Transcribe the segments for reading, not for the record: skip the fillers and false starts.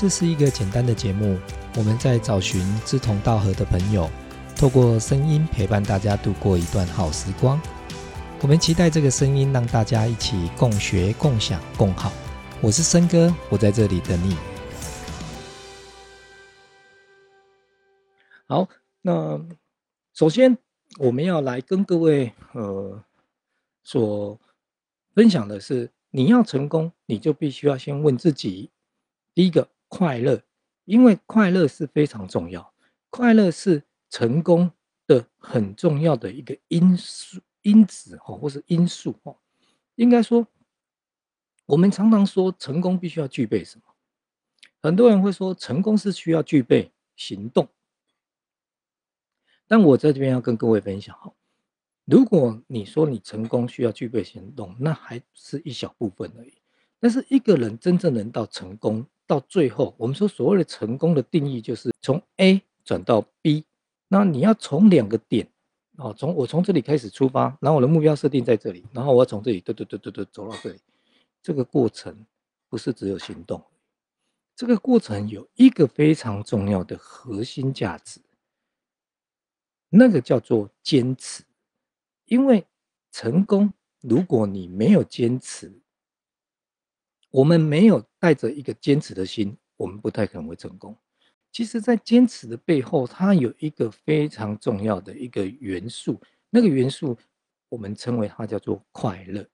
这是一个简单的节目，我们在找寻志同道合的朋友，透过声音陪伴大家度过一段好时光。我们期待这个声音让大家一起共学、共享、共好。我是森哥，我在这里等你。好，那首先我们要来跟各位所分享的是，你要成功，你就必须要先问自己，第一个快乐，因为快乐是非常重要，快乐是成功的很重要的一个因子或是因素。应该说，我们常常说成功必须要具备什么？很多人会说成功是需要具备行动，但我在这边要跟各位分享，如果你说你成功需要具备行动，那还是一小部分而已。但是一个人真正能到成功，到最后，我们说所谓的成功的定义就是从 A 转到 B， 那你要从两个点，我从这里开始出发，然后我的目标设定在这里，然后我要从这里走到这里，这个过程不是只有行动，这个过程有一个非常重要的核心价值，那个叫做坚持。因为成功，如果你没有坚持，我们没有带着一个坚持的心，我们不太可能会成功。其实在坚持的背后，它有一个非常重要的一个元素，那个元素我们称为它叫做快乐。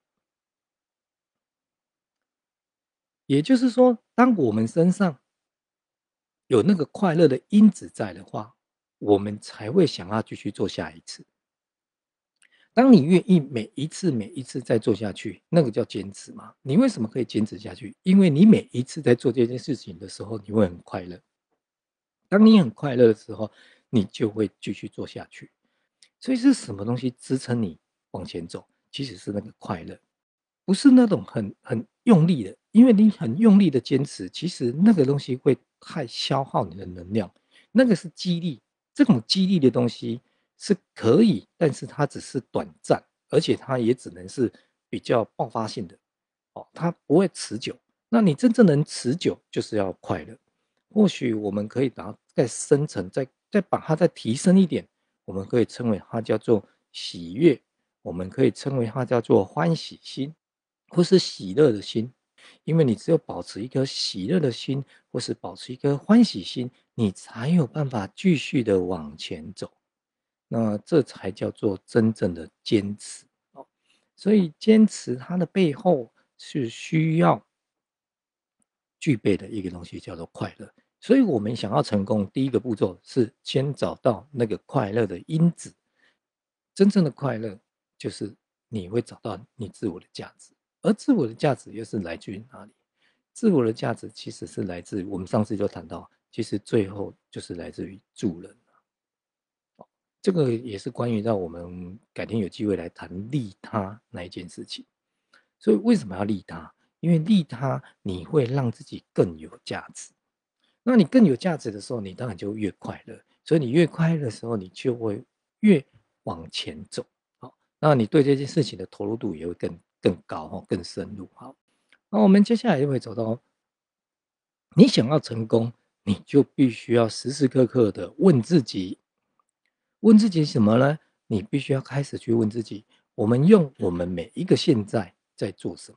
也就是说，当我们身上有那个快乐的因子在的话，我们才会想要继续做下一次。当你愿意每一次再做下去，那个叫坚持嘛。你为什么可以坚持下去？因为你每一次在做这件事情的时候，你会很快乐。当你很快乐的时候，你就会继续做下去。所以是什么东西支撑你往前走？其实是那个快乐，不是那种很用力的。因为你很用力的坚持，其实那个东西会太消耗你的能量。那个是激励，这种激励的东西是可以，但是它只是短暂，而且它也只能是比较爆发性的，它不会持久。那你真正能持久，就是要快乐。或许我们可以把它再深层，再把它再提升一点，我们可以称为它叫做喜悦，我们可以称为它叫做欢喜心，或是喜乐的心。因为你只有保持一颗喜乐的心，或是保持一颗欢喜心，你才有办法继续的往前走。那这才叫做真正的坚持。所以坚持它的背后是需要具备的一个东西，叫做快乐。所以我们想要成功，第一个步骤是先找到那个快乐的因子。真正的快乐就是你会找到你自我的价值，而自我的价值又是来自于哪里？自我的价值其实是来自于我们上次就谈到，其实最后就是来自于助人。这个也是关于让我们改天有机会来谈利他那一件事情。所以为什么要利他？因为利他你会让自己更有价值。那你更有价值的时候，你当然就越快乐。所以你越快乐的时候，你就会越往前走。好，那你对这件事情的投入度也会更高，更深入。好，那我们接下来就会走到，你想要成功，你就必须要时时刻刻的问自己，问自己什么呢？你必须要开始去问自己，我们用我们每一个现在在做什么？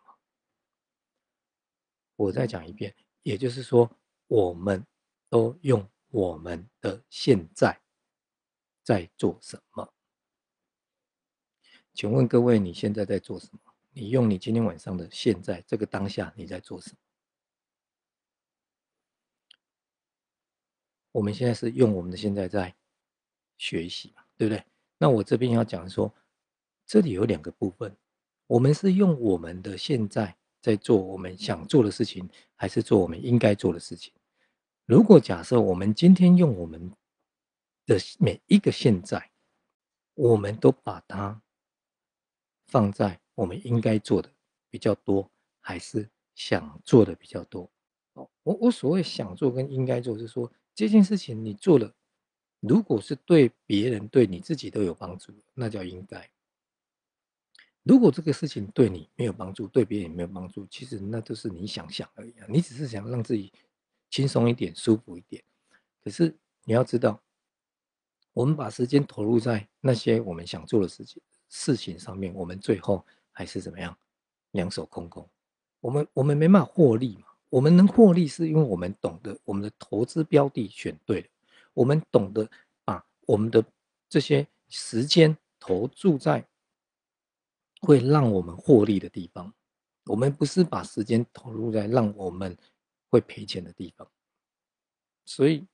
我再讲一遍，也就是说，我们都用我们的现在在做什么？请问各位，你现在在做什么？你用你今天晚上的现在这个当下你在做什么？我们现在是用我们的现在在学习嘛，对不对？那我这边要讲说，这里有两个部分，我们是用我们的现在在做我们想做的事情，还是做我们应该做的事情？如果假设我们今天用我们的每一个现在，我们都把它放在我们应该做的比较多，还是想做的比较多？我所谓想做跟应该做，是说这件事情你做了，如果是对别人对你自己都有帮助，那叫应该。如果这个事情对你没有帮助，对别人也没有帮助，其实那都是你想想而已啊。你只是想让自己轻松一点、舒服一点。可是你要知道，我们把时间投入在那些我们想做的事情上面，我们最后还是怎么样？两手空空。我们没办法获利嘛。我们能获利是因为我们懂得我们的投资标的选对了，我们懂得把我们的这些时间投注在会让我们获利的地方。我们不是把时间投入在让我们会赔钱的地方。所以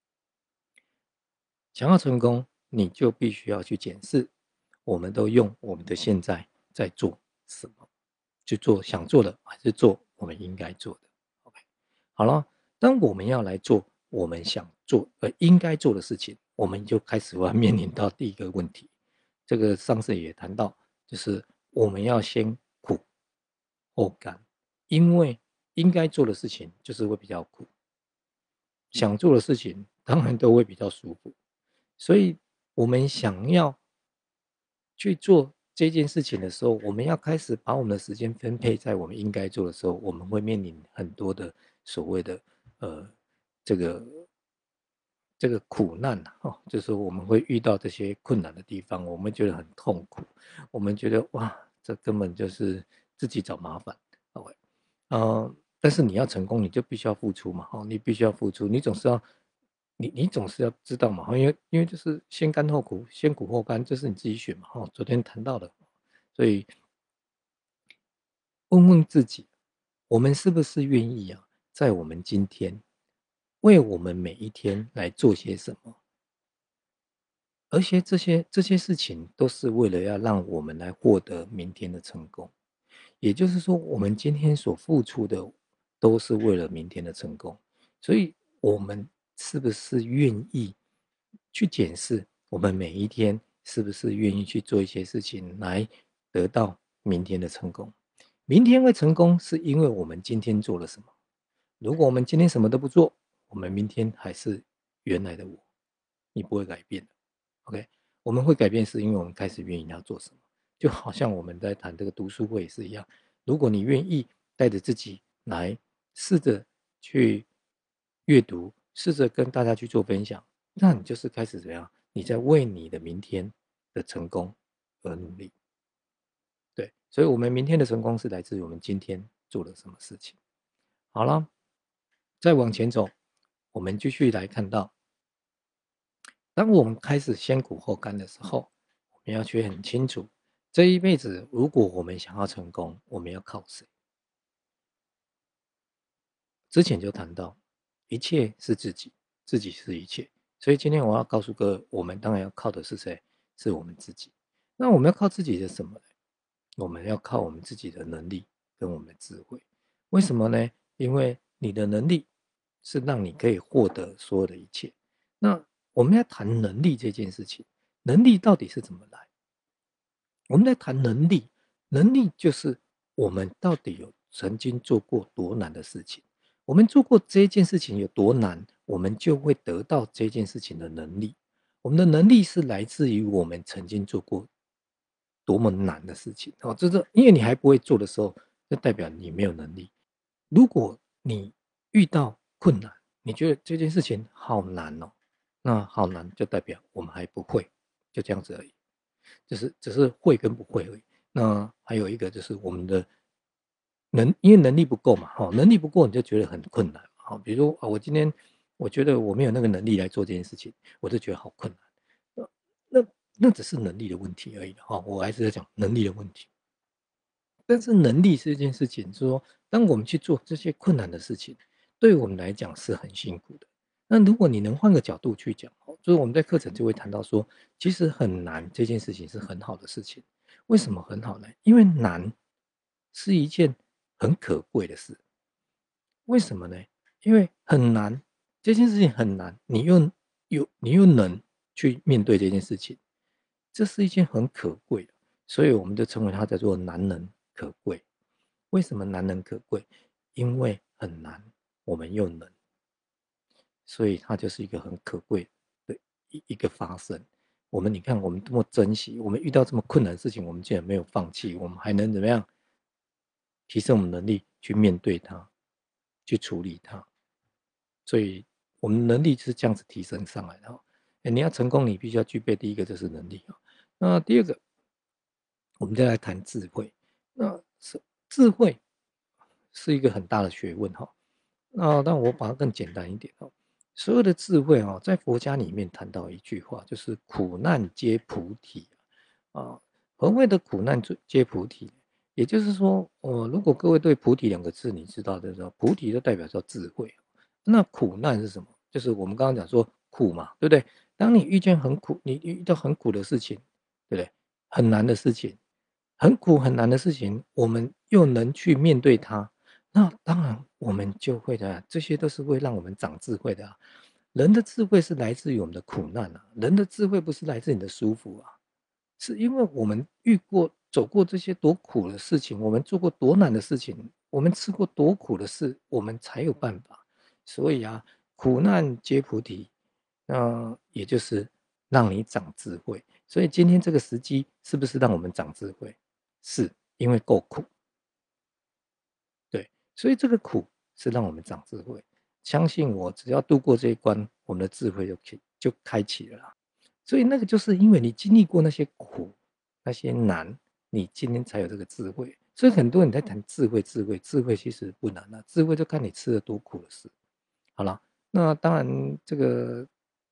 想要成功，你就必须要去检视，我们都用我们的现在在做什么，去做想做的，还是做我们应该做的。OK，好了，当我们要来做我们想做应该做的事情，我们就开始要面临到第一个问题。这个上次也谈到，就是我们要先苦后甘，因为应该做的事情就是会比较苦，想做的事情当然都会比较舒服。所以我们想要去做这件事情的时候，我们要开始把我们的时间分配在我们应该做的时候，我们会面临很多的所谓的这个这个苦难就是我们会遇到这些困难的地方，我们觉得很痛苦，我们觉得哇，这根本就是自己找麻烦。OK，但是你要成功，你就必须要付出嘛，你必须要付出，你总是要知道嘛，因为就是先甘后苦，先苦后甘，这是你自己选嘛，昨天谈到的，所以问问自己，我们是不是愿意啊，在我们今天为我们每一天来做些什么？而且这些事情都是为了要让我们来获得明天的成功。也就是说，我们今天所付出的都是为了明天的成功。所以，我们是不是愿意去检视我们每一天是不是愿意去做一些事情来得到明天的成功？明天会成功，是因为我们今天做了什么。如果我们今天什么都不做，我们明天还是原来的我，你不会改变的。OK，我们会改变是因为我们开始愿意要做什么，就好像我们在谈这个读书会也是一样。如果你愿意带着自己来试着去阅读，试着跟大家去做分享，那你就是开始怎样？你在为你的明天的成功而努力。对，所以我们明天的成功是来自于我们今天做了什么事情。好了，再往前走，我们继续来看到，当我们开始先苦后甘的时候，我们要去很清楚，这一辈子如果我们想要成功，我们要靠谁？之前就谈到，一切是自己，自己是一切。所以今天我要告诉各位，我们当然要靠的是谁？是我们自己。那我们要靠自己的什么呢？我们要靠我们自己的能力跟我们的智慧。为什么呢？因为你的能力是让你可以获得所有的一切。那我们要谈能力这件事情，能力到底是怎么来？我们在谈能力，能力就是我们到底有曾经做过多难的事情，我们做过这件事情有多难，我们就会得到这件事情的能力。我们的能力是来自于我们曾经做过多么难的事情这因为你还不会做的时候，就代表你没有能力。如果你遇到困难，你觉得这件事情好难哦，那好难就代表我们还不会，就这样子而已。只是会跟不会而已。那还有一个就是我们的因为能力不够嘛，能力不够你就觉得很困难，比如说我今天我觉得我没有那个能力来做这件事情，我就觉得好困难。那那只是能力的问题而已我还是在讲能力的问题。但是能力这件事情，就是说，当我们去做这些困难的事情，对我们来讲是很辛苦的。那如果你能换个角度去讲，就是我们在课程就会谈到说，其实很难这件事情是很好的事情。为什么很好呢？因为难是一件很可贵的事。为什么呢？因为很难，这件事情很难，你又能去面对这件事情，这是一件很可贵的，所以我们就称为它叫做难能可贵。为什么难能可贵？因为很难，我们又能，所以它就是一个很可贵的一个发生。你看，我们多么珍惜，我们遇到这么困难的事情，我们竟然没有放弃，我们还能怎么样提升我们能力去面对它，去处理它。 所以我们能力是这样子提升上来的哦。你要成功，你必须要具备第一个就是能力哦。那第二个，我们再来谈智慧。那智慧是一个很大的学问哈。那但我把它更简单一点哦。所有的智慧哦，在佛家里面谈到一句话，就是苦难皆菩提啊。何谓的苦难皆菩提？也就是说，如果各位对菩提两个字你知道的时候，菩提就代表叫智慧。那苦难是什么？就是我们刚刚讲说苦嘛，对不对？当你遇见很苦，你遇到很苦的事情，对不对？很难的事情，很苦很难的事情，我们又能去面对它，那当然我们就会的，这些都是会让我们长智慧的啊。人的智慧是来自于我们的苦难啊，人的智慧不是来自你的舒服啊。是因为我们走过这些多苦的事情，我们做过多难的事情，我们吃过多苦的事，我们才有办法。所以啊，苦难皆菩提，也就是让你长智慧。所以今天这个时机是不是让我们长智慧？是因为够苦，对，所以这个苦是让我们长智慧。相信我，只要度过这一关，我们的智慧就开启了啦。所以那个就是因为你经历过那些苦、那些难，你今天才有这个智慧。所以很多人在谈智慧，智慧其实不难啊，智慧就看你吃了多苦的事。好了，那当然这个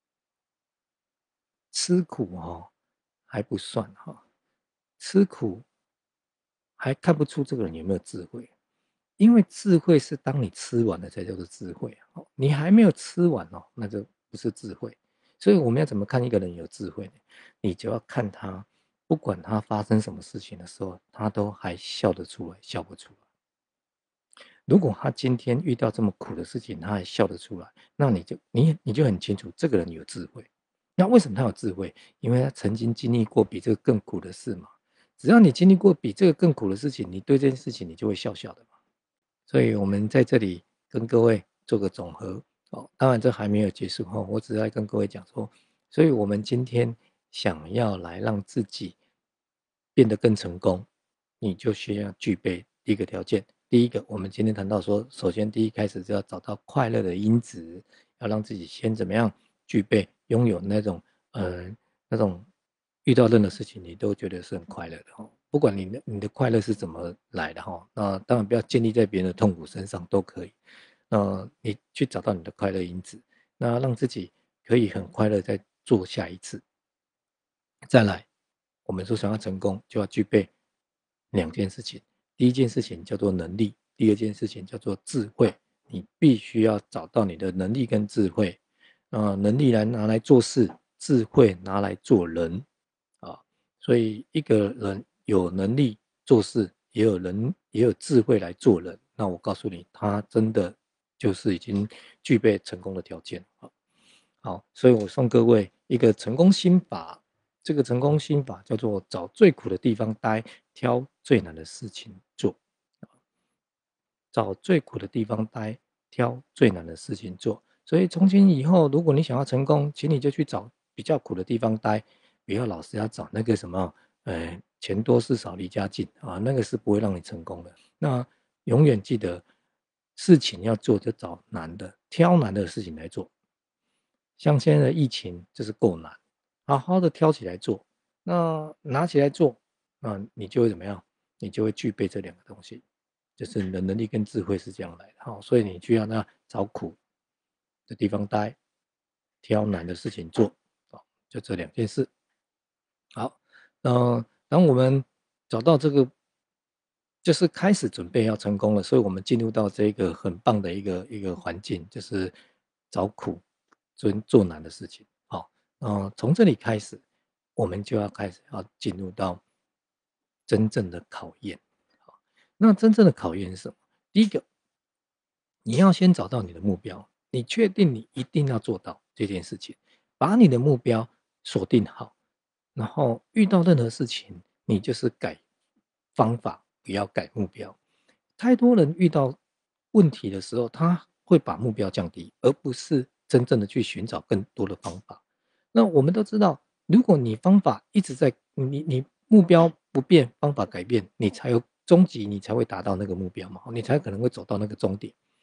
吃苦还不算哈，吃苦还看不出这个人有没有智慧。因为智慧是当你吃完了才叫做智慧你还没有吃完那就不是智慧。所以我们要怎么看一个人有智慧呢？你就要看他，不管他发生什么事情的时候，他都还笑得出来，笑不出来。如果他今天遇到这么苦的事情，他还笑得出来，那你就很清楚这个人有智慧。那为什么他有智慧？因为他曾经经历过比这个更苦的事嘛。只要你经历过比这个更苦的事情，你对这件事情你就会笑笑的嘛。所以我们在这里跟各位做个总和当然这还没有结束我只是在跟各位讲说，所以我们今天想要来让自己变得更成功，你就需要具备第一个条件。第一个，我们今天谈到说，首先第一开始就要找到快乐的因子，要让自己先怎么样具备拥有那种遇到任何事情你都觉得是很快乐的不管你的快乐是怎么来的那当然不要建立在别人的痛苦身上都可以。你去找到你的快乐因子，那让自己可以很快乐再做下一次。再来，我们说想要成功，就要具备两件事情。第一件事情叫做能力，第二件事情叫做智慧。你必须要找到你的能力跟智慧。能力拿来做事，智慧拿来做人啊。所以一个人有能力做事，也有智慧来做人。那我告诉你，他真的就是已经具备成功的条件好，所以我送各位一个成功心法。这个成功心法叫做找最苦的地方待，挑最难的事情做。找最苦的地方待，挑最难的事情做。所以从今以后，如果你想要成功，请你就去找比较苦的地方待，不要老是要找那个什么，钱多事少离家近那个是不会让你成功的。那永远记得，事情要做就找难的，挑难的事情来做。像现在的疫情就是够难，好好的挑起来做，那拿起来做，你就会怎么样？你就会具备这两个东西，就是你的能力跟智慧是这样来的所以你就要找苦的地方待，挑难的事情做就这两件事。好，当我们找到这个，就是开始准备要成功了，所以我们进入到这个很棒的一个环境，就是找苦做难的事情。好，从这里开始，我们就要开始要进入到真正的考验。好，那真正的考验是什么？第一个，你要先找到你的目标，你确定你一定要做到这件事情，把你的目标锁定好，然后遇到任何事情，你就是改方法，不要改目标。太多人遇到问题的时候，他会把目标降低，而不是真正的去寻找更多的方法。那我们都知道，如果你方法一直在你目标不变，方法改变，你才有终极，你才会达到那个目标嘛，你才可能会走到那个终点。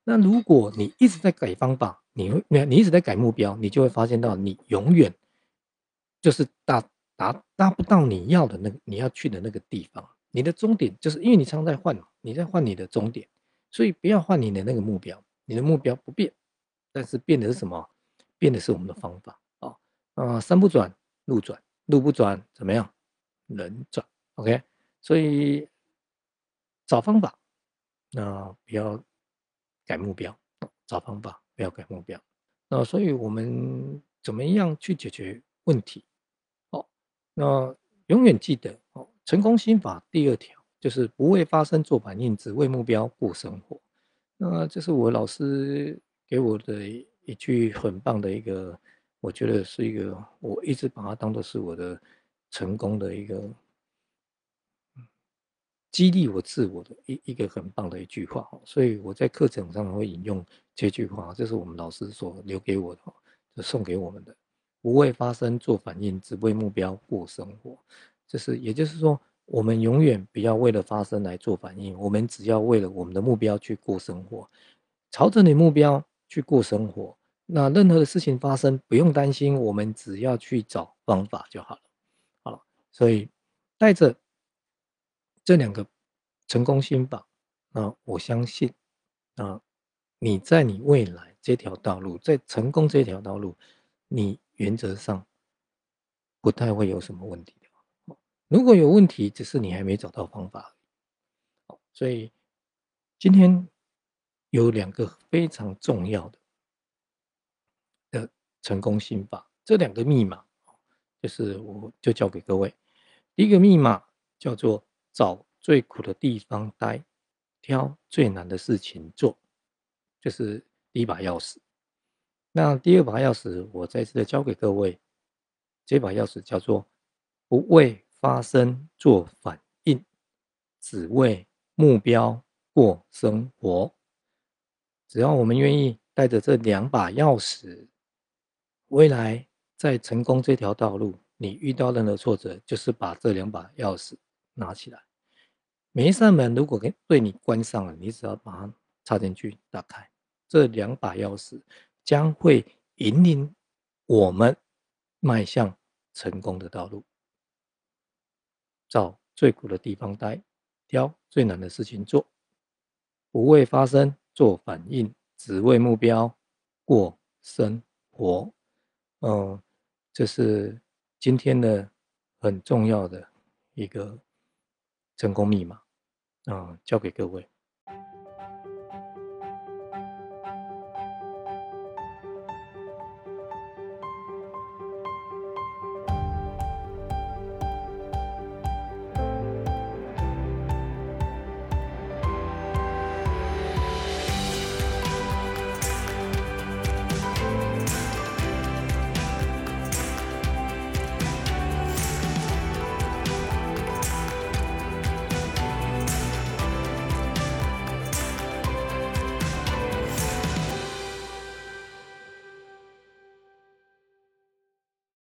那如果你一直在改方法，你一直在改目标，你就会发现到你永远就是达不到你要的那个你要去的那个地方。你的终点就是因为你常在换嘛，你在换你的终点，所以不要换你的那个目标，你的目标不变，但是变的是什么？变的是我们的方法啊。山不转路转，路不转怎么样？人转。OK，所以找方法，那不要改目标，找方法不要改目标。那所以我们怎么样去解决问题？哦，那永远记得哦，成功心法第二条就是不为发生做反应，只为目标过生活。那这是我老师给我的一句很棒的一个，我觉得是一个我一直把它当做是我的成功的一个激励我自我的一个很棒的一句话，所以我在课程上会引用这句话，这是我们老师所留给我的，就送给我们的。不为发生做反应，只为目标过生活。也就是说，我们永远不要为了发生来做反应，我们只要为了我们的目标去过生活，朝着你目标去过生活。那任何的事情发生，不用担心，我们只要去找方法就好了。好，所以带着这两个成功心法，我相信，啊，你在你未来这条道路，在成功这条道路，你原则上不太会有什么问题的。如果有问题，只是你还没找到方法而已。所以今天有两个非常重要的成功心法，这两个密码，我就教给各位。第一个密码叫做找最苦的地方待，挑最难的事情做，就是第一把钥匙。那第二把钥匙，我再次的教给各位，这把钥匙叫做不为发生做反应，只为目标过生活。只要我们愿意带着这两把钥匙，未来在成功这条道路，你遇到任何挫折，就是把这两把钥匙拿起来。每一扇门如果对你关上了，你只要把它插进去打开，这两把钥匙将会引领我们迈向成功的道路。找最苦的地方待，挑最难的事情做，不为发生做反应，只为目标过生活。嗯，这是今天的很重要的一个成功密码，交给各位。